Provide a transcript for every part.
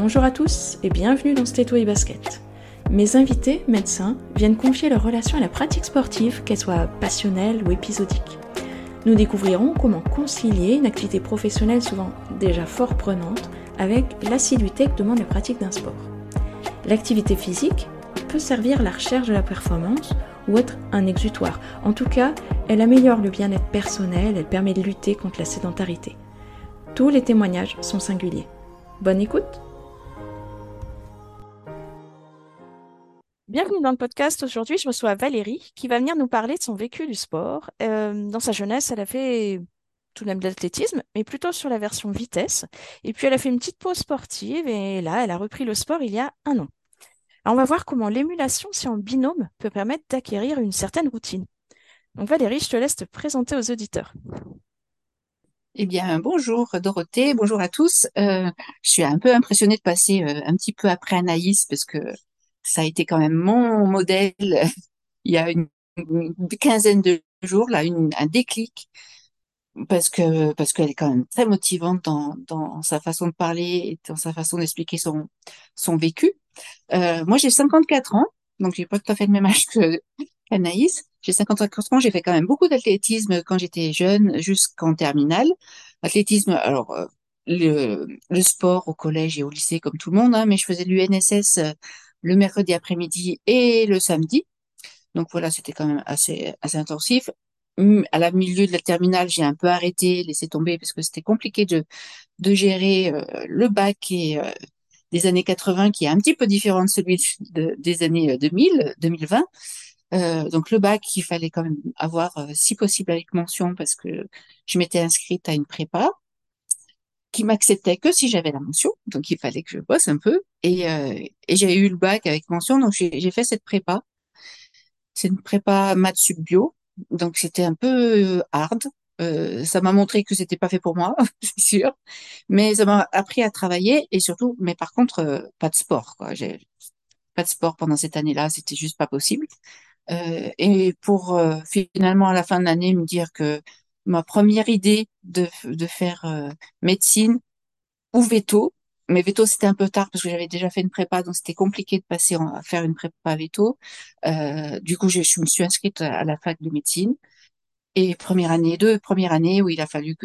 Bonjour à tous et bienvenue dans Stéto et Basket. Mes invités, médecins, viennent confier leur relation à la pratique sportive, qu'elle soit passionnelle ou épisodique. Nous découvrirons comment concilier une activité professionnelle souvent déjà fort prenante avec l'assiduité que demande la pratique d'un sport. L'activité physique peut servir à la recherche de la performance ou être un exutoire. En tout cas, elle améliore le bien-être personnel, elle permet de lutter contre la sédentarité. Tous les témoignages sont singuliers. Bonne écoute! Bienvenue dans le podcast. Aujourd'hui, je reçois Valérie qui va venir nous parler de son vécu du sport. Dans sa jeunesse, elle a fait tout de même de l'athlétisme, mais plutôt sur la version vitesse. Et puis, elle a fait une petite pause sportive et là, elle a repris le sport il y a un an. Alors, on va voir comment l'émulation, si en binôme, peut permettre d'acquérir une certaine routine. Donc, Valérie, je te laisse te présenter aux auditeurs. Eh bien, bonjour Dorothée, bonjour à tous. Je suis un peu impressionnée de passer un petit peu après Anaïs parce que ça a été quand même mon modèle il y a une quinzaine de jours, là, un déclic parce qu'elle est quand même très motivante dans sa façon de parler et dans sa façon d'expliquer son vécu. Moi, j'ai 54 ans, donc j'ai pas tout à fait le même âge que Anaïs. J'ai 54 ans, j'ai fait quand même beaucoup d'athlétisme quand j'étais jeune, jusqu'en terminale. Athlétisme, alors le sport au collège et au lycée comme tout le monde, hein, mais je faisais de l'UNSS le mercredi après-midi et le samedi. Donc voilà, c'était quand même assez intensif. À la milieu de la terminale, j'ai un peu arrêté, laissé tomber parce que c'était compliqué de gérer le bac et des années 80 qui est un petit peu différent de celui des années 2000, 2020. Donc le bac, il fallait quand même avoir, si possible, avec mention parce que je m'étais inscrite à une prépa qui m'acceptait que si j'avais la mention. Donc il fallait que je bosse un peu. Et j'ai eu le bac avec mention, donc j'ai fait cette prépa. C'est une prépa maths sup bio, donc c'était un peu hard. Ça m'a montré que c'était pas fait pour moi, c'est sûr. Mais ça m'a appris à travailler et surtout, mais par contre, pas de sport, quoi. J'ai pas de sport pendant cette année-là, c'était juste pas possible. Et pour finalement à la fin de l'année me dire que ma première idée de faire médecine ou veto, mais veto c'était un peu tard parce que j'avais déjà fait une prépa, donc c'était compliqué de passer à faire une prépa veto. Du coup, je me suis inscrite à la fac de médecine et première année où il a fallu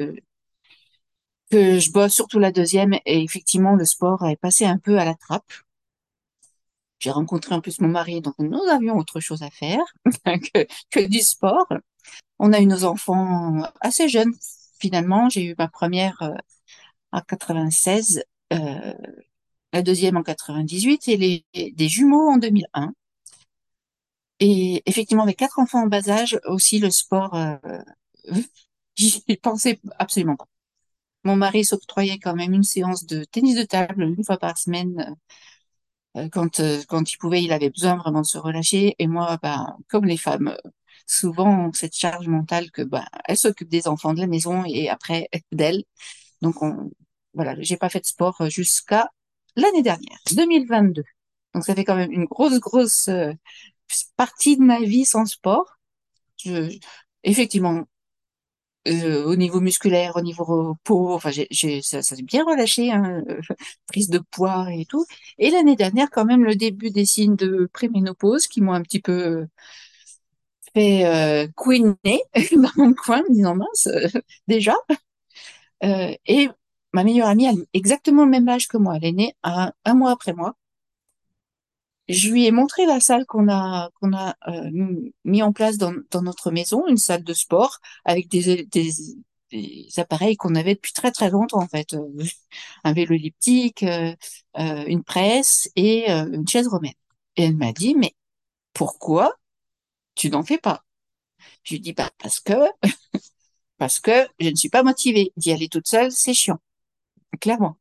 que je bosse, surtout la deuxième, et effectivement le sport est passé un peu à la trappe. J'ai rencontré en plus mon mari, donc nous avions autre chose à faire que du sport. On a eu nos enfants assez jeunes, finalement. J'ai eu ma première en 96, euh, la deuxième en 98 et des jumeaux en 2001. Et effectivement, avec quatre enfants en bas âge, aussi le sport, j'y pensais absolument pas. Mon mari s'octroyait quand même une séance de tennis de table une fois par semaine. Quand il pouvait, il avait besoin vraiment de se relâcher. Et moi, ben, comme les femmes, souvent ont cette charge mentale que ben, elles s'occupent des enfants de la maison et après d'elles. Donc voilà, j'ai pas fait de sport jusqu'à l'année dernière, 2022. Donc ça fait quand même une grosse partie de ma vie sans sport. Je, effectivement, au niveau musculaire, au niveau peau, enfin, ça s'est bien relâché, hein, prise de poids et tout. Et l'année dernière, quand même, le début des signes de préménopause qui m'ont un petit peu fait couiner dans mon coin, me disant mince, déjà. Et ma meilleure amie a exactement le même âge que moi. Elle est née un mois après moi. Je lui ai montré la salle qu'on a mis en place dans notre maison, une salle de sport avec des appareils qu'on avait depuis très longtemps en fait. Un vélo elliptique, une presse et une chaise romaine. Et elle m'a dit, mais pourquoi tu n'en fais pas? Je lui dis, bah, parce que je ne suis pas motivée. D'y aller toute seule, c'est chiant, clairement.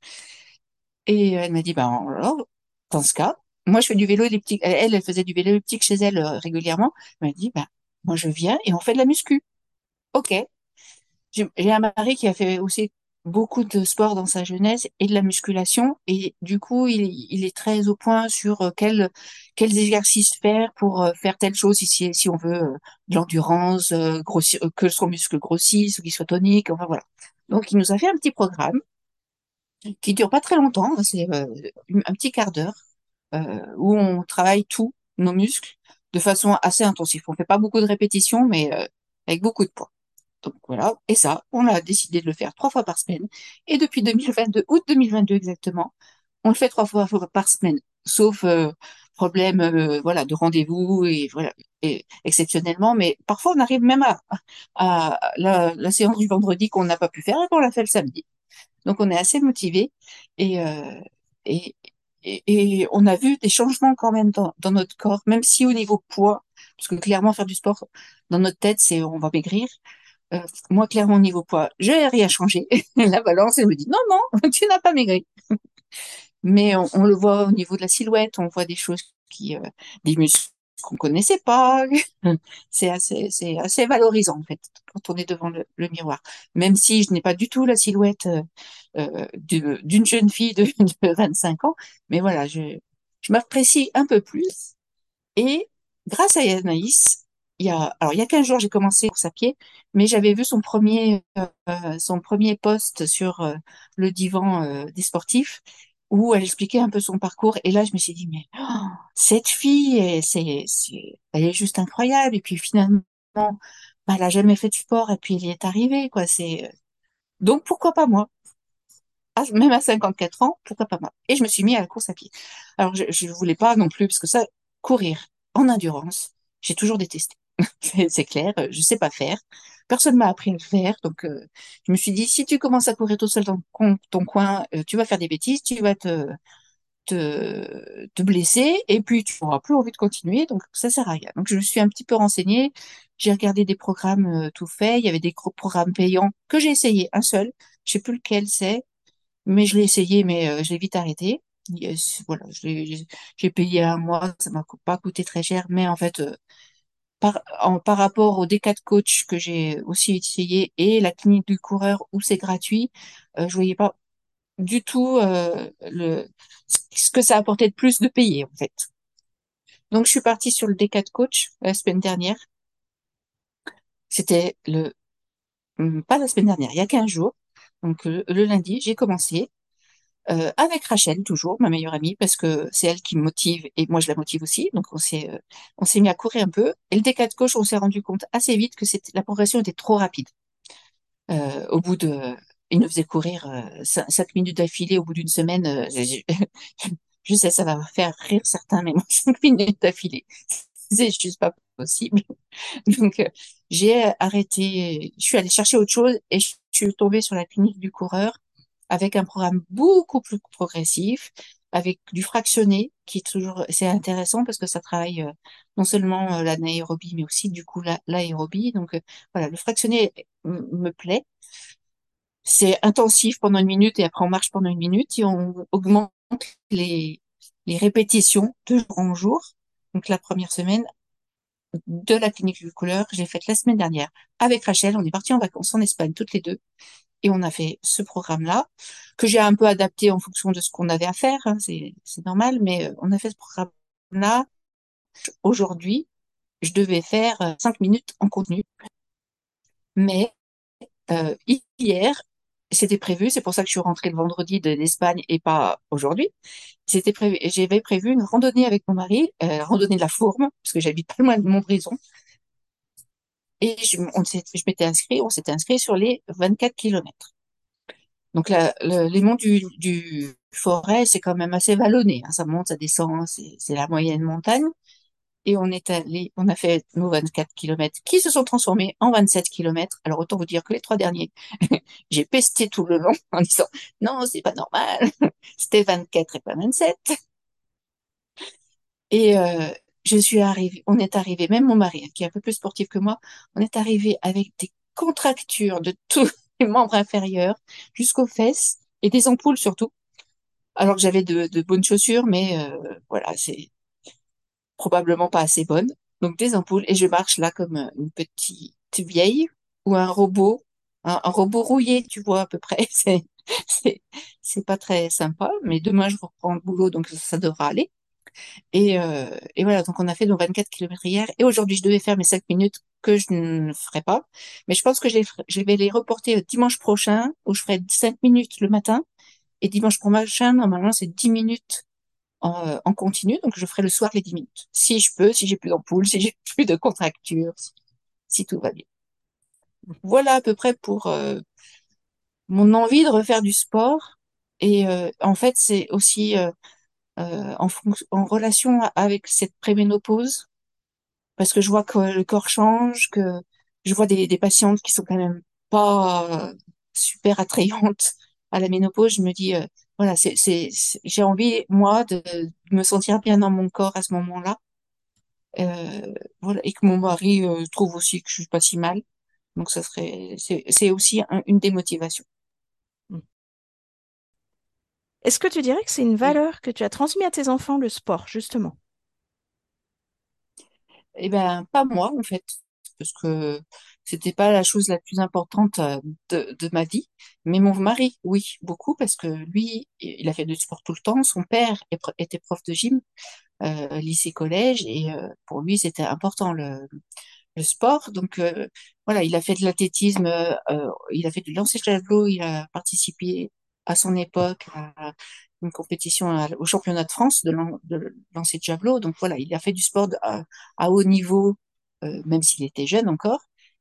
Et elle m'a dit, bah, alors, dans ce cas, moi, je fais du vélo elliptique. Elle faisait du vélo elliptique chez elle régulièrement. Elle m'a dit, bah, moi, je viens et on fait de la muscu. OK. J'ai un mari qui a fait aussi beaucoup de sport dans sa jeunesse et de la musculation. Et du coup, il est très au point sur quels exercices faire pour faire telle chose si on veut de l'endurance, grossir, que son muscle grossisse ou qu'il soit tonique. Enfin, voilà. Donc, il nous a fait un petit programme. qui dure pas très longtemps, hein, c'est un petit quart d'heure où on travaille tous nos muscles de façon assez intensive. On fait pas beaucoup de répétitions, mais avec beaucoup de poids. Donc voilà, et ça, on a décidé de le faire 3 fois par semaine. Et depuis 2022, août 2022 exactement, on le fait 3 fois par semaine, sauf problème voilà, de rendez-vous et voilà, et, exceptionnellement. Mais parfois, on arrive même à la séance du vendredi qu'on n'a pas pu faire et qu'on l'a fait le samedi. Donc on est assez motivé et, et, et on a vu des changements quand même dans notre corps, même si au niveau poids, parce que clairement faire du sport dans notre tête, c'est on va maigrir. Euh, Moi, clairement, au niveau poids, je n'ai rien changé. La balance, elle me dit non, non, tu n'as pas maigri. Mais on le voit au niveau de la silhouette, on voit des choses des muscles qu'on connaissait pas. C'est assez valorisant, en fait, quand on est devant le miroir. Même si je n'ai pas du tout la silhouette d'une jeune fille de 25 ans, mais voilà, je m'apprécie un peu plus. Et grâce à Anaïs, il y a 15 jours, j'ai commencé la course à pied, mais j'avais vu son premier post sur le divan des sportifs où elle expliquait un peu son parcours. Et là, je me suis dit, mais oh, cette fille, elle est juste incroyable. Et puis finalement, bah, elle a jamais fait de sport et puis elle y est arrivée, quoi. Donc pourquoi pas moi? Même à 54 ans, pourquoi pas moi? Et je me suis mis à la course à pied. Alors, je voulais pas non plus, parce que ça, courir en endurance, j'ai toujours détesté. C'est clair, je sais pas faire. Personne m'a appris à le faire, donc je me suis dit, si tu commences à courir tout seul dans ton coin, tu vas faire des bêtises, tu vas te blesser, et puis tu n'auras plus envie de continuer, donc ça sert à rien. Donc je me suis un petit peu renseignée, j'ai regardé des programmes tout faits, il y avait des gros programmes payants que j'ai essayé, un seul, je sais plus lequel c'est, mais je l'ai essayé, mais je l'ai vite arrêté. Voilà, j'ai payé un mois, ça m'a pas coûté très cher, mais en fait, par rapport au D4 Coach que j'ai aussi essayé et la clinique du coureur où c'est gratuit, je voyais pas du tout ce que ça apportait de plus de payer, en fait. Donc, je suis partie sur le D4 Coach la semaine dernière. C'était pas la semaine dernière, il y a 15 jours. Donc, le lundi, j'ai commencé. Avec Rachel toujours, ma meilleure amie, parce que c'est elle qui me motive et moi je la motive aussi. Donc on s'est mis à courir un peu. Et le D4 coach, on s'est rendu compte assez vite que la progression était trop rapide. Au bout de, il nous faisait courir 5 minutes d'affilée au bout d'une semaine. Je sais, ça va faire rire certains, mais moi 5 minutes d'affilée, c'est juste pas possible. Donc j'ai arrêté, je suis allée chercher autre chose et je suis tombée sur la clinique du coureur avec un programme beaucoup plus progressif, avec du fractionné, qui est toujours, c'est intéressant parce que ça travaille non seulement l'anaérobie, mais aussi du coup l'aérobie. Donc voilà, le fractionné me plaît. C'est intensif pendant 1 minute et après on marche pendant 1 minute et on augmente les, les répétitions de jour en jour. Donc la première semaine de la clinique du couleur, j'ai faite la semaine dernière avec Rachel. On est parti en vacances en Espagne toutes les deux. Et on a fait ce programme-là, que j'ai un peu adapté en fonction de ce qu'on avait à faire, hein, c'est normal, mais on a fait ce programme-là. Aujourd'hui, je devais faire 5 minutes en contenu, mais hier, c'était prévu, c'est pour ça que je suis rentrée le vendredi d'Espagne et pas aujourd'hui. C'était prévu, j'avais prévu une randonnée avec mon mari, randonnée de la Fourme, parce que j'habite pas loin de Montbrison, et je m'étais inscrit, on s'était inscrit sur les 24 kilomètres. Donc les monts du Forêt, c'est quand même assez vallonné, hein. Ça monte, ça descend, hein. C'est la moyenne montagne. Et on a fait nos 24 kilomètres qui se sont transformés en 27 kilomètres. Alors autant vous dire que les 3 derniers, j'ai pesté tout le long en disant non, c'est pas normal. C'était 24 et pas 27. Et on est arrivé, même mon mari, hein, qui est un peu plus sportif que moi, on est arrivé avec des contractures de tous les membres inférieurs jusqu'aux fesses et des ampoules surtout. Alors que j'avais de bonnes chaussures, mais voilà, c'est probablement pas assez bonne. Donc des ampoules et je marche là comme une petite vieille ou un robot, un robot rouillé, tu vois à peu près. C'est, c'est pas très sympa, mais demain je reprends le boulot, donc ça devra aller. Et voilà, donc on a fait nos 24 kilomètres hier et aujourd'hui je devais faire mes 5 minutes que je ne ferai pas. Mais je pense que je vais les reporter dimanche prochain où je ferai 5 minutes le matin Et dimanche prochain, normalement, c'est 10 minutes en continu. Donc, je ferai le soir les 10 minutes. Si je peux, si j'ai plus d'ampoules, si j'ai plus de contractures, si tout va bien. Voilà à peu près pour mon envie de refaire du sport. Et en fait, c'est aussi en relation avec cette préménopause, parce que je vois que le corps change, que je vois des patientes qui sont quand même pas super attrayantes à la ménopause. Je me dis, voilà, j'ai envie, moi, de me sentir bien dans mon corps à ce moment-là. Voilà, et que mon mari trouve aussi que je suis pas si mal. Donc, c'est aussi une des motivations. Est-ce que tu dirais que c'est une Oui. valeur que tu as transmise à tes enfants, le sport, justement? Eh ben, pas moi, en fait, parce que c'était pas la chose la plus importante de ma vie. Mais mon mari, oui, beaucoup, parce que lui, il a fait du sport tout le temps. Son père était prof de gym, lycée, collège, et pour lui, c'était important le sport. Donc, voilà, il a fait de l'athlétisme, il a fait du lancer de javelot, il a participé à son époque à une compétition au championnat de France de lancer de javelot. Donc, voilà, il a fait du sport à haut niveau, même s'il était jeune encore.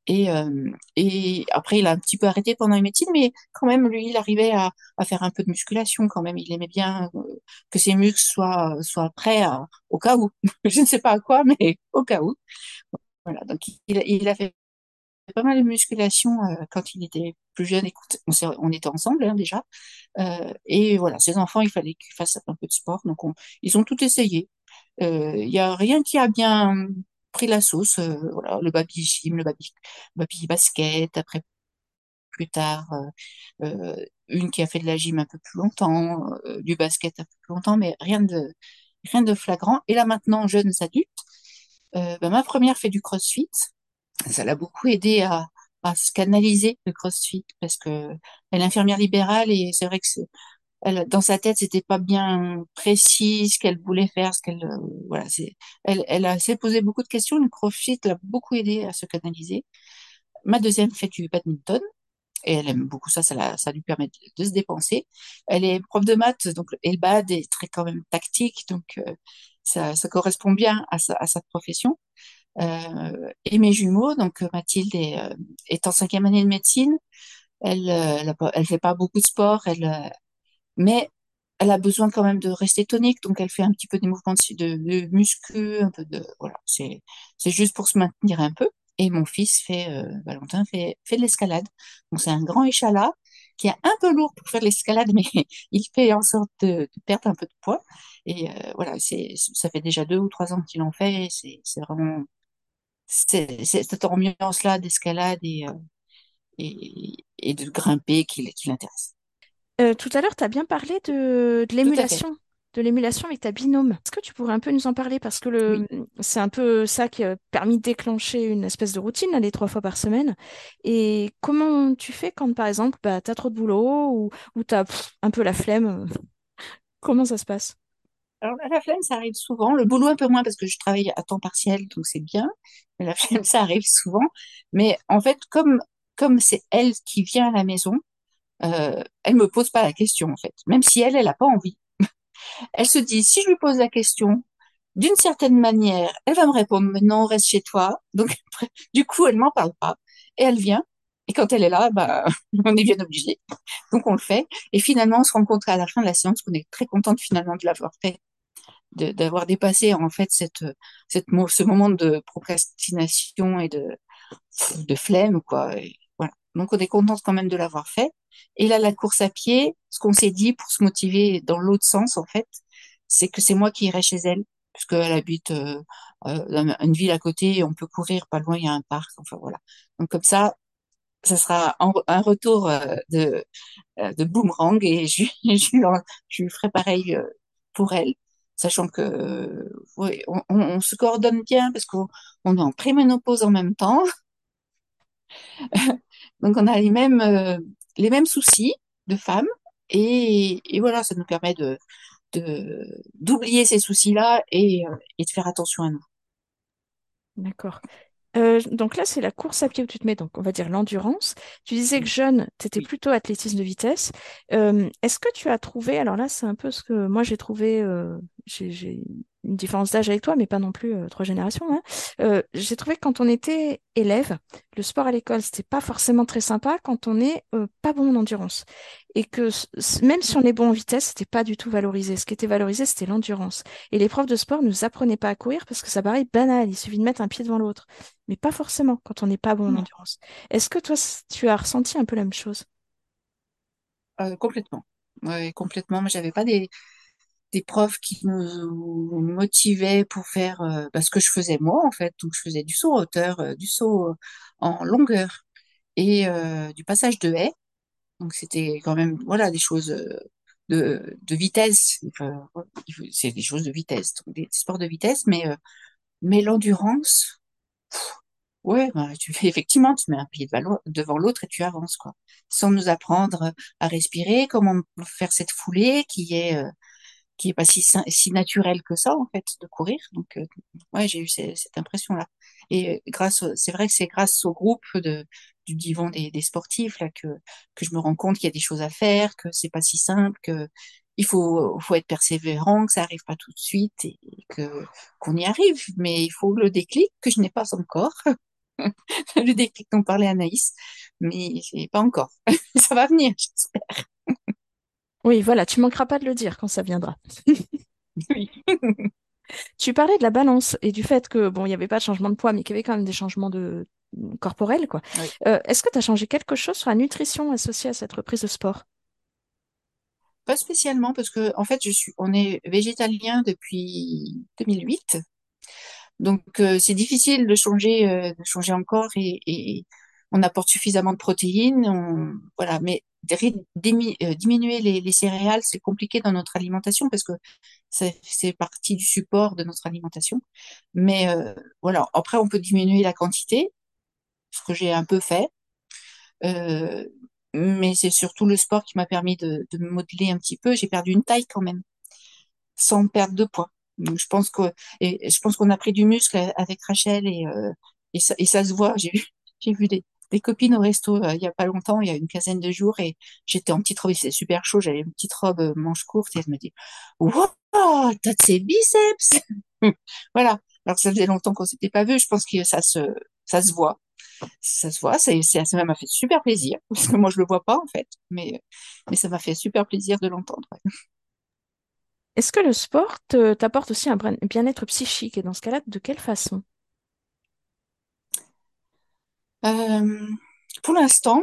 Et après, il a un petit peu arrêté pendant les médecine, mais quand même, lui, il arrivait à faire un peu de musculation quand même. Il aimait bien que ses muscles soient prêts au cas où. Je ne sais pas à quoi, mais au cas où. Voilà, donc il a fait pas mal de musculation quand il était plus jeune. Écoute, on était ensemble hein, déjà. Et voilà, ses enfants, il fallait qu'ils fassent un peu de sport. Donc ils ont tout essayé. Il y a rien qui a bien pris la sauce. Voilà, le baby gym, baby basket. Après, plus tard, une qui a fait de la gym un peu plus longtemps, du basket un peu plus longtemps, mais rien de flagrant. Et là maintenant, jeunes adultes, ben, ma première fait du CrossFit. Ça l'a beaucoup aidé à se canaliser le CrossFit parce que elle est infirmière libérale et c'est vrai que dans sa tête c'était pas bien précis ce qu'elle voulait faire, ce qu'elle voilà s'est posé beaucoup de questions. Le CrossFit l'a beaucoup aidé à se canaliser. Ma deuxième fait du badminton et elle aime beaucoup ça, ça lui permet de se dépenser. Elle est prof de maths donc et le bad est très quand même tactique donc ça correspond bien à sa profession. Et mes jumeaux, donc Mathilde est en cinquième année de médecine. Elle fait pas beaucoup de sport, mais elle a besoin quand même de rester tonique, donc elle fait un petit peu des mouvements de muscu, un peu de voilà, c'est juste pour se maintenir un peu. Et mon fils Valentin fait de l'escalade. Donc c'est un grand échalas qui est un peu lourd pour faire de l'escalade, mais il fait en sorte de perdre un peu de poids. Et voilà, ça fait déjà 2 ou 3 ans qu'il en fait. C'est vraiment c'est cette ambiance-là d'escalade et de grimper qui l'intéresse. Tout à l'heure, tu as bien parlé Tout à fait. de l'émulation avec ta binôme. Est-ce que tu pourrais un peu nous en parler? Parce que Oui. c'est un peu ça qui a permis de déclencher une espèce de routine, là, les 3 fois par semaine. Et comment tu fais quand, par exemple, bah, tu as trop de boulot ou tu as un peu la flemme? Comment ça se passe? Alors, la flemme, ça arrive souvent. Le boulot, un peu moins parce que je travaille à temps partiel, donc c'est bien. Mais la flemme, ça arrive souvent. Mais en fait, comme c'est elle qui vient à la maison, elle me pose pas la question, en fait. Même si elle a pas envie. Elle se dit, si je lui pose la question, d'une certaine manière, elle va me répondre, mais non, reste chez toi. Donc, du coup, elle m'en parle pas. Et elle vient. Et quand elle est là, bah, on est bien obligé. Donc, on le fait. Et finalement, on se rencontre à la fin de la séance qu'on est très contente finalement de l'avoir fait, d'avoir dépassé en fait ce moment de procrastination et de flemme, quoi. Et voilà. Donc, on est contente quand même de l'avoir fait. Et là, la course à pied, ce qu'on s'est dit pour se motiver dans l'autre sens, en fait, c'est que c'est moi qui irai chez elle, puisqu'elle habite dans une ville à côté et on peut courir pas loin, il y a un parc. Enfin, voilà. Donc, comme ça sera un retour de boomerang et je lui ferai pareil pour elle, sachant que ouais, on se coordonne bien parce qu'on est en préménopause en même temps, donc on a les mêmes soucis de femmes et voilà, ça nous permet d'oublier ces soucis-là et de faire attention à nous. D'accord. Donc là, c'est la course à pied où tu te mets, donc on va dire l'endurance. Tu disais que jeune, tu étais Oui. plutôt athlétisme de vitesse. Est-ce que tu as trouvé, alors là, c'est un peu ce que moi j'ai trouvé, j'ai une différence d'âge avec toi, mais pas non plus trois générations, hein. J'ai trouvé que quand on était élève, le sport à l'école, c'était pas forcément très sympa quand on est pas bon en endurance. Et que même si on est bon en vitesse, c'était pas du tout valorisé. Ce qui était valorisé, c'était l'endurance. Et les profs de sport ne nous apprenaient pas à courir parce que ça paraît banal, il suffit de mettre un pied devant l'autre, mais pas forcément quand on n'est pas bon en Non, endurance. Est-ce que toi, tu as ressenti un peu la même chose? complètement. Ouais, complètement. Moi, j'avais pas des profs qui nous motivaient pour faire ce que je faisais moi, en fait. Donc, je faisais du saut en hauteur, du saut en longueur et du passage de haie. Donc, c'était quand même, voilà, des choses de vitesse. Enfin, c'est des choses de vitesse, donc des sports de vitesse, mais l'endurance, ouais, bah, effectivement, tu mets un pied devant l'autre et tu avances, quoi. Sans nous apprendre à respirer, comment faire cette foulée qui est pas si naturelle que ça, en fait, de courir. Donc, ouais, j'ai eu cette impression-là. Et c'est vrai que c'est grâce au groupe du divan des sportifs, là, que je me rends compte qu'il y a des choses à faire, que c'est pas si simple, que faut être persévérant, que ça arrive pas tout de suite qu'on y arrive. Mais il faut le déclic que je n'ai pas encore. Le déclic dont parlait Anaïs, mais c'est pas encore. Ça va venir, j'espère. Oui, voilà, tu manqueras pas de le dire quand ça viendra. Oui. Tu parlais de la balance et du fait que, bon, il n'y avait pas de changement de poids, mais qu'il y avait quand même des changements corporels, quoi. Oui. Est-ce que tu as changé quelque chose sur la nutrition associée à cette reprise de sport? Pas spécialement parce que en fait on est végétalien depuis 2008, donc c'est difficile de changer encore et on apporte suffisamment de protéines, voilà. Mais diminuer les céréales, c'est compliqué dans notre alimentation parce que c'est partie du support de notre alimentation. Mais voilà. Après, on peut diminuer la quantité, ce que j'ai un peu fait. Euh, mais c'est surtout le sport qui m'a permis de me modeler un petit peu. J'ai perdu une taille quand même, sans perdre de poids. Donc je pense qu'on a pris du muscle avec Rachel et ça se voit. J'ai vu des copines au resto il y a pas longtemps, il y a une quinzaine de jours, et j'étais en petite robe, il faisait super chaud, j'avais une petite robe manche courte et elle me dit, Wow, t'as de ces biceps! Voilà. Alors ça faisait longtemps qu'on s'était pas vu, je pense que ça se voit. Ça se voit, ça m'a fait super plaisir, parce que moi je le vois pas en fait, mais ça m'a fait super plaisir de l'entendre. Ouais. Est-ce que le sport t'apporte aussi un bien-être psychique et dans ce cas-là, de quelle façon? Euh, pour l'instant,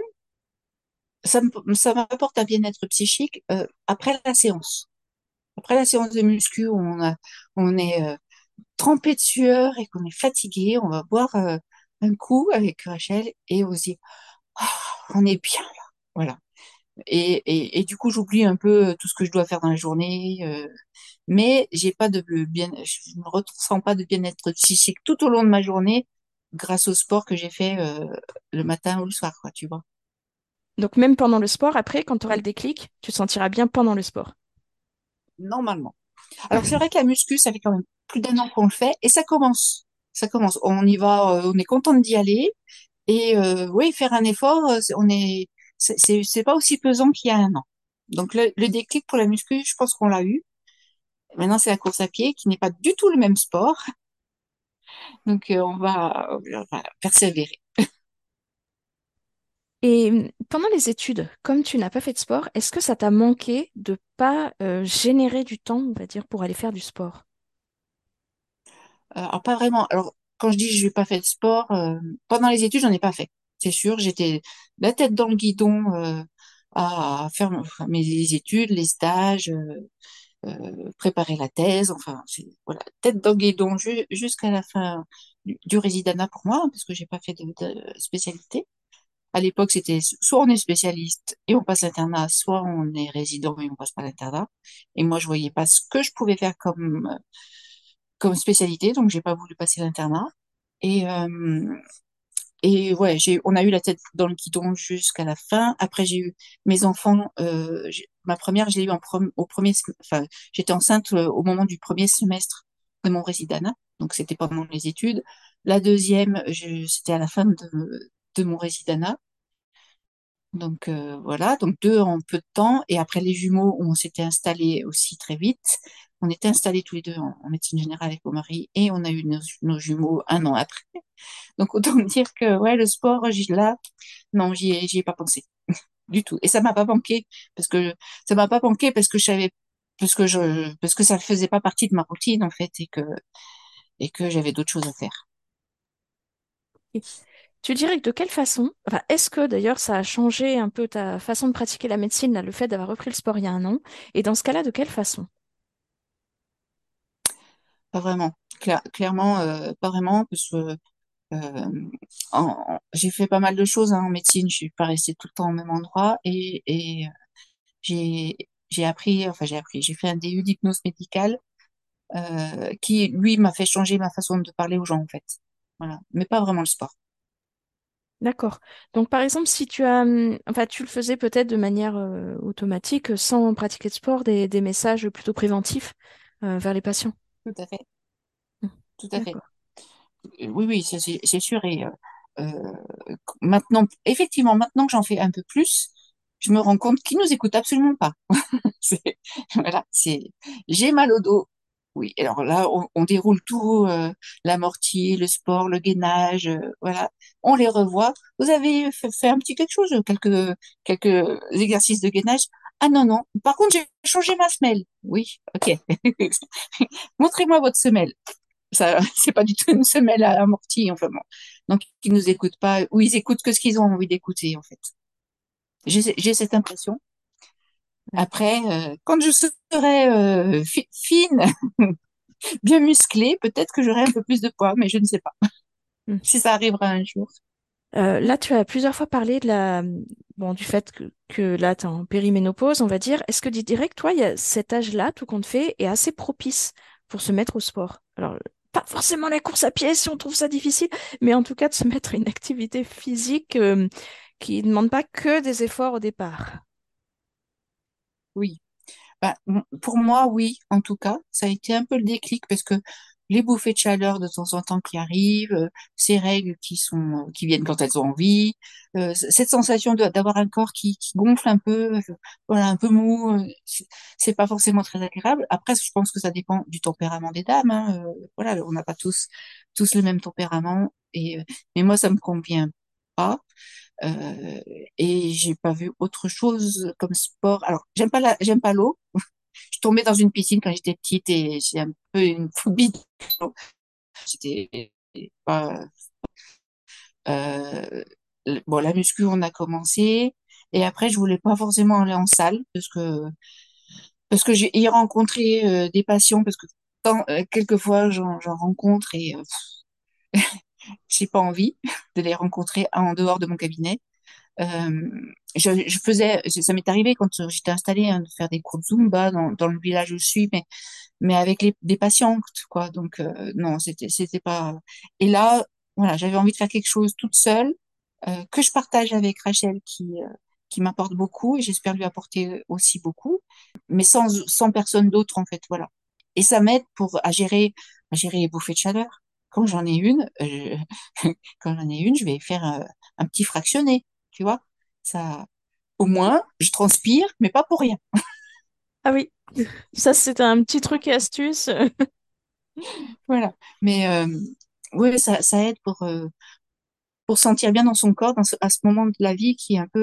ça m'apporte un bien-être psychique après la séance. Après la séance de muscu, où on est trempé de sueur et qu'on est fatigué, on va boire un coup avec Rachel et on se dit, Ah, on est bien là. Voilà. Et du coup, j'oublie un peu tout ce que je dois faire dans la journée. Mais j'ai pas je ne ressens pas de bien-être psychique tout au long de ma journée grâce au sport que j'ai fait le matin ou le soir, quoi, tu vois. Donc même pendant le sport, après, quand tu auras le déclic, tu te sentiras bien pendant le sport. Normalement. Alors c'est vrai que la muscu, ça fait quand même plus d'un an qu'on le fait et ça commence. Ça commence. On y va, on est content d'y aller et oui, faire un effort, c'est pas aussi pesant qu'il y a un an. Donc le déclic pour la muscu, je pense qu'on l'a eu. Maintenant, c'est la course à pied qui n'est pas du tout le même sport. Donc on va persévérer. Et pendant les études, comme tu n'as pas fait de sport, est-ce que ça t'a manqué de pas générer du temps, on va dire, pour aller faire du sport? Alors pas vraiment. Alors quand je dis je n'ai pas fait de sport, pendant les études, j'en ai pas fait. C'est sûr, j'étais la tête dans le guidon à faire mes études, les stages, préparer la thèse, enfin voilà, tête dans le guidon jusqu'à la fin du résidanat pour moi, parce que j'ai pas fait de spécialité. À l'époque, c'était soit on est spécialiste et on passe l'internat, soit on est résident et on passe pas l'internat. Et moi, je voyais pas ce que je pouvais faire comme spécialité, donc j'ai pas voulu passer l'internat. Et, ouais, on a eu la tête dans le guidon jusqu'à la fin. Après, j'ai eu mes enfants. Ma première, je l'ai eu au premier. Enfin, j'étais enceinte au moment du premier semestre de mon résidanat, donc c'était pendant les études. La deuxième, c'était à la fin de mon résidanat. Donc voilà, donc deux en peu de temps. Et après les jumeaux, on s'était installés aussi très vite. On était installés tous les deux en médecine générale avec mon mari et on a eu nos jumeaux un an après. Donc autant dire que ouais, le sport, là, non, j'y ai pas pensé du tout. Et ça m'a pas manqué parce que ça m'a pas manqué parce que je savais, parce que ça faisait pas partie de ma routine en fait et que j'avais d'autres choses à faire. Et tu dirais que de quelle façon, enfin, est-ce que d'ailleurs ça a changé un peu ta façon de pratiquer la médecine, là, le fait d'avoir repris le sport il y a un an? Et dans ce cas-là, de quelle façon? Pas vraiment. Clairement, pas vraiment parce que j'ai fait pas mal de choses hein, en médecine. Je suis pas restée tout le temps au même endroit et j'ai j'ai fait un DU d'hypnose médicale qui lui m'a fait changer ma façon de parler aux gens en fait. Voilà, mais pas vraiment le sport. D'accord. Donc, par exemple, si tu as, enfin, tu le faisais peut-être de manière automatique, sans pratiquer de sport, des messages plutôt préventifs vers les patients. Tout à fait, Hmm. tout à fait. D'accord. Oui, oui, c'est sûr. Et maintenant, effectivement, maintenant que j'en fais un peu plus, je me rends compte qu'ils nous écoutent absolument pas. C'est- Voilà, j'ai mal au dos. Oui, alors là, on déroule tout, l'amorti, le sport, le gainage, voilà, on les revoit. Vous avez fait un petit quelque chose, quelques exercices de gainage. Ah non, non. Par contre, j'ai changé ma semelle. Oui, ok. Montrez-moi votre semelle. Ça, c'est pas du tout une semelle à amorti, enfin bon. Donc, ils nous écoutent pas, ou ils écoutent que ce qu'ils ont envie d'écouter, en fait. J'ai cette impression. D'accord. Après, quand je serai fine, bien musclée, peut-être que j'aurai un peu plus de poids, mais je ne sais pas Hmm. si ça arrivera un jour. Là, tu as plusieurs fois parlé de bon, du fait que là, tu es en périménopause, on va dire. Est-ce que tu dirais que toi, il y a cet âge-là, tout compte fait, est assez propice pour se mettre au sport? Alors, pas forcément la course à pied si on trouve ça difficile, mais en tout cas de se mettre à une activité physique qui ne demande pas que des efforts au départ. Oui. Bah, pour moi, oui, en tout cas, ça a été un peu le déclic parce que les bouffées de chaleur de temps en temps qui arrivent, ces règles qui viennent quand elles ont envie, cette sensation d'avoir un corps qui gonfle un peu, voilà, un peu mou, c'est pas forcément très agréable. Après, je pense que ça dépend du tempérament des dames, hein, voilà, on n'a pas tous le même tempérament mais moi, ça me convient pas. Euh, et j'ai pas vu autre chose comme sport. Alors, j'aime pas l'eau. Je suis tombée dans une piscine quand j'étais petite et j'ai un peu une phobie de l'eau. J'étais pas, euh, bon, la muscu, on a commencé. Et après, je voulais pas forcément aller en salle parce que j'ai y rencontré des patients parce que quelquefois j'en rencontre et j'ai pas envie de les rencontrer en dehors de mon cabinet. Ça m'est arrivé quand j'étais installée hein, de faire des cours de Zumba dans le village où je suis, mais avec des patientes, quoi. Donc, non, c'était pas. Et là, voilà, j'avais envie de faire quelque chose toute seule, que je partage avec Rachel qui m'apporte beaucoup et j'espère lui apporter aussi beaucoup, mais sans personne d'autre, en fait, voilà. Et ça m'aide à gérer les bouffées de chaleur. Quand j'en ai une, quand j'en ai une, je vais faire un petit fractionné, tu vois. Ça, au moins, je transpire, mais pas pour rien. Ah oui, ça c'est un petit truc et astuce. Voilà. Mais oui, ça aide pour se sentir bien dans son corps à ce moment de la vie qui est un peu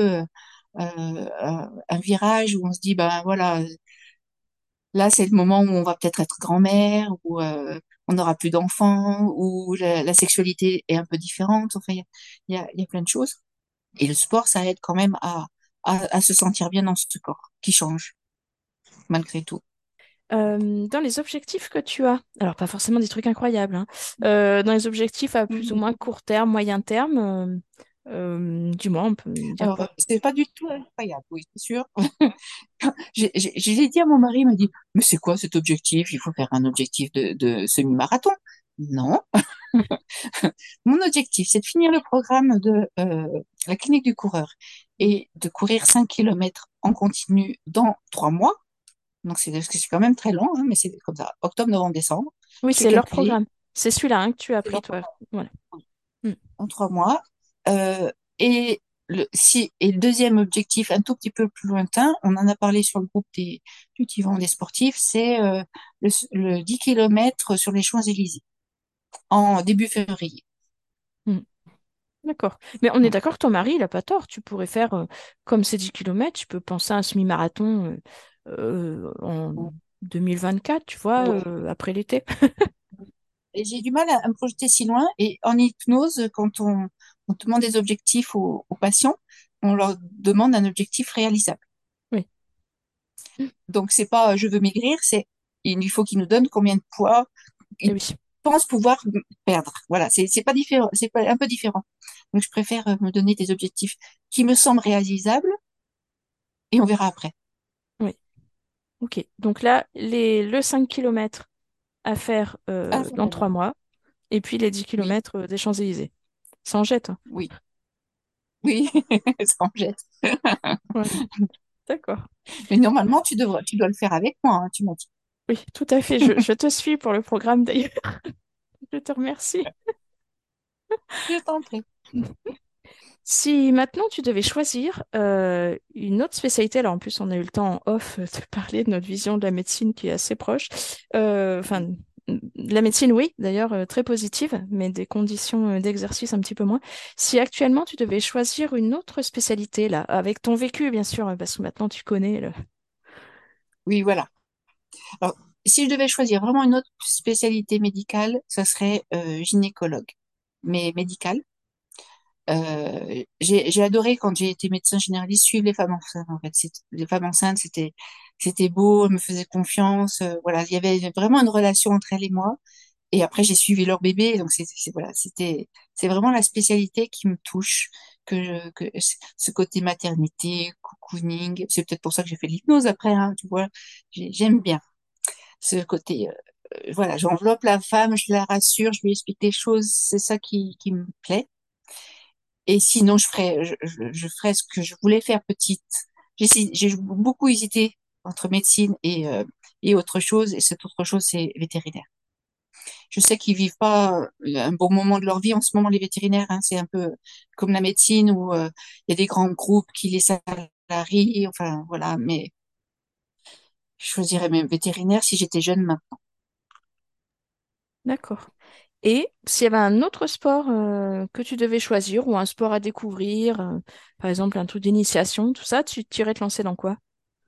un virage où on se dit, ben voilà, là c'est le moment où on va peut-être être grand-mère, où on n'aura plus d'enfants, où la sexualité est un peu différente. Enfin, il y a plein de choses. Et le sport, ça aide quand même à se sentir bien dans ce corps qui change, malgré tout. Dans les objectifs que tu as, alors pas forcément des trucs incroyables, hein, dans les objectifs à plus ou moins court terme, moyen terme, dis-moi, on peut me dire Alors, quoi? c'est pas du tout incroyable, oui, c'est sûr. J'ai dit à mon mari, il m'a dit, mais c'est quoi cet objectif? Il faut faire un objectif de semi-marathon. Non, mon objectif, c'est de finir le programme de la clinique du coureur et de courir 5 kilomètres en continu dans 3 mois. Donc, c'est quand même très long, hein, mais c'est comme ça, octobre, novembre, décembre. Oui, J'ai c'est leur calculé, programme. C'est celui-là hein, que tu as c'est pris, leur toi. programme Voilà. Mm. en 3 mois. Euh, et, le deuxième objectif, un tout petit peu plus lointain, on en a parlé sur le groupe du Divan des sportifs, c'est le 10 km sur les Champs-Élysées en début février. Mm. D'accord. Mais on est Voilà. d'accord que ton mari, il n'a pas tort. Tu pourrais faire, comme c'est 10 kilomètres, tu peux penser à un semi-marathon en 2024, tu vois, Ouais. après l'été. Et j'ai du mal à me projeter si loin. Et en hypnose, quand on demande des objectifs aux patients, on leur demande un objectif réalisable. Oui. Donc, c'est pas je veux maigrir, c'est il faut qu'ils nous donnent combien de poids Et ils oui. pensent pouvoir perdre. Voilà, c'est pas différent, c'est pas un peu différent. Donc, je préfère me donner des objectifs qui me semblent réalisables et on verra après. Oui. Ok. Donc là, le 5 kilomètres à faire Ah, dans 3 mois, et puis les 10 oui, kilomètres des Champs-Élysées. Ça en jette, hein. oui, oui, ça en jette. Ouais. D'accord. Mais normalement, tu dois le faire avec moi, hein, tu m'as dit. Oui, tout à fait. Je te suis pour le programme d'ailleurs. Je te remercie. Je t'en prie. Si maintenant tu devais choisir une autre spécialité, alors en plus on a eu le temps en off de parler de notre vision de la médecine qui est assez proche, enfin la médecine oui d'ailleurs très positive, mais des conditions d'exercice un petit peu moins. Si actuellement tu devais choisir une autre spécialité là, avec ton vécu bien sûr, parce que maintenant tu connais le... Oui, voilà. Alors, si je devais choisir vraiment une autre spécialité médicale, ça serait gynécologue, mais médicale. J'ai adoré quand j'ai été médecin généraliste suivre les femmes enceintes. En fait, les femmes enceintes, c'était beau, elles me faisaient confiance. Voilà, il y avait vraiment une relation entre elles et moi. Et après, j'ai suivi leur bébé, donc voilà, c'est vraiment la spécialité qui me touche, ce côté maternité, cocooning. C'est peut-être pour ça que j'ai fait l'hypnose après, hein, tu vois. J'aime bien ce côté. Voilà, j'enveloppe la femme, je la rassure, je lui explique des choses, c'est ça qui me plaît. Et sinon, je ferais ce que je voulais faire petite. J'ai beaucoup hésité entre médecine et autre chose, et cette autre chose, c'est vétérinaire. Je sais qu'ils vivent pas un bon moment de leur vie en ce moment, les vétérinaires, hein, c'est un peu comme la médecine où il y a des grands groupes qui les salarient, enfin voilà, mais je choisirais même vétérinaire si j'étais jeune maintenant. D'accord. Et s'il y avait un autre sport que tu devais choisir ou un sport à découvrir, par exemple un truc d'initiation, tout ça, tu irais te lancer dans quoi?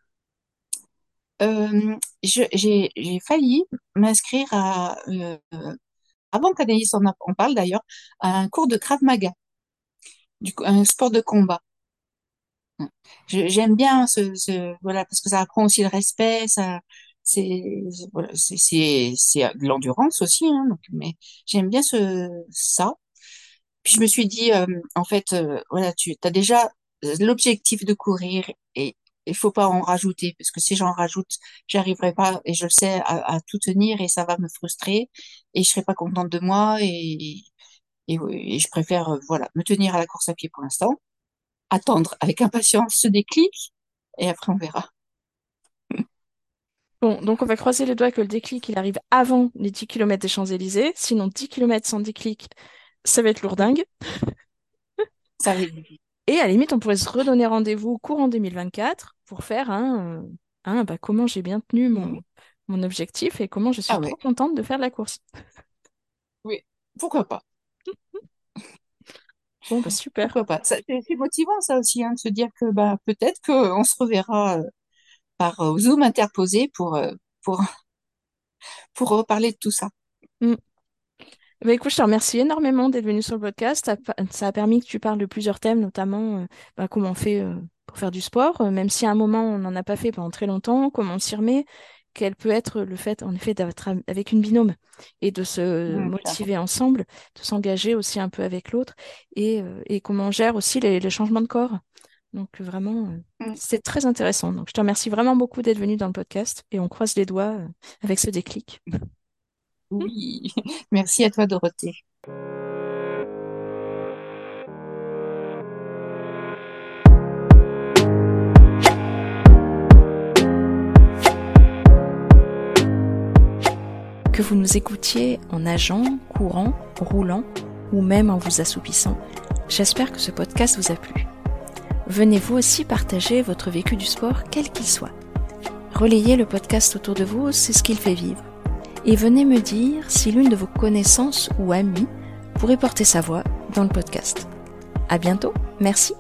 J'ai failli m'inscrire avant qu'Anaïs en parle d'ailleurs, à un cours de Krav Maga, un sport de combat. J'aime bien voilà, parce que ça apprend aussi le respect, voilà, c'est de l'endurance aussi, hein, donc, mais j'aime bien ça. Puis je me suis dit, en fait, voilà, tu as déjà l'objectif de courir et il faut pas en rajouter, parce que si j'en rajoute, j'arriverai pas, et je le sais, à tout tenir et ça va me frustrer et je serai pas contente de moi et je préfère, voilà, me tenir à la course à pied pour l'instant, attendre avec impatience ce déclic et après on verra. Bon, donc on va croiser les doigts que le déclic, il arrive avant les 10 kilomètres des Champs-Élysées. Sinon, 10 kilomètres sans déclic, ça va être Oui, lourdingue. ça va être difficile. Et à la limite, on pourrait se redonner rendez-vous courant 2024 pour faire bah, comment j'ai bien tenu Mhm. mon objectif et comment je suis Ah trop ouais, contente de faire de la course. oui, pourquoi pas? Bon, bah super. Pourquoi pas? C'est motivant ça aussi, hein, de se dire que bah, peut-être qu'on se reverra par Zoom interposé pour, pour reparler de tout ça. Mm. Bah, écoute, je te remercie énormément d'être venu sur le podcast. Ça a permis que tu parles de plusieurs thèmes, notamment bah, comment on fait pour faire du sport, même si à un moment on n'en a pas fait pendant très longtemps, comment on s'y remet, quel peut être le fait en effet d'être avec une binôme et de se C'est motiver important. ensemble, de s'engager aussi un peu avec l'autre et comment on gère aussi les changements de corps. Donc vraiment, Mm. c'est très intéressant. Donc je te remercie vraiment beaucoup d'être venu dans le podcast et on croise les doigts avec ce déclic. Oui, merci à toi, Dorothée. Que vous nous écoutiez en nageant, courant, roulant ou même en vous assoupissant, j'espère que ce podcast vous a plu. Venez vous aussi partager votre vécu du sport, quel qu'il soit. Relayez le podcast autour de vous, c'est ce qu'il fait vivre. Et venez me dire si l'une de vos connaissances ou amis pourrait porter sa voix dans le podcast. À bientôt, merci.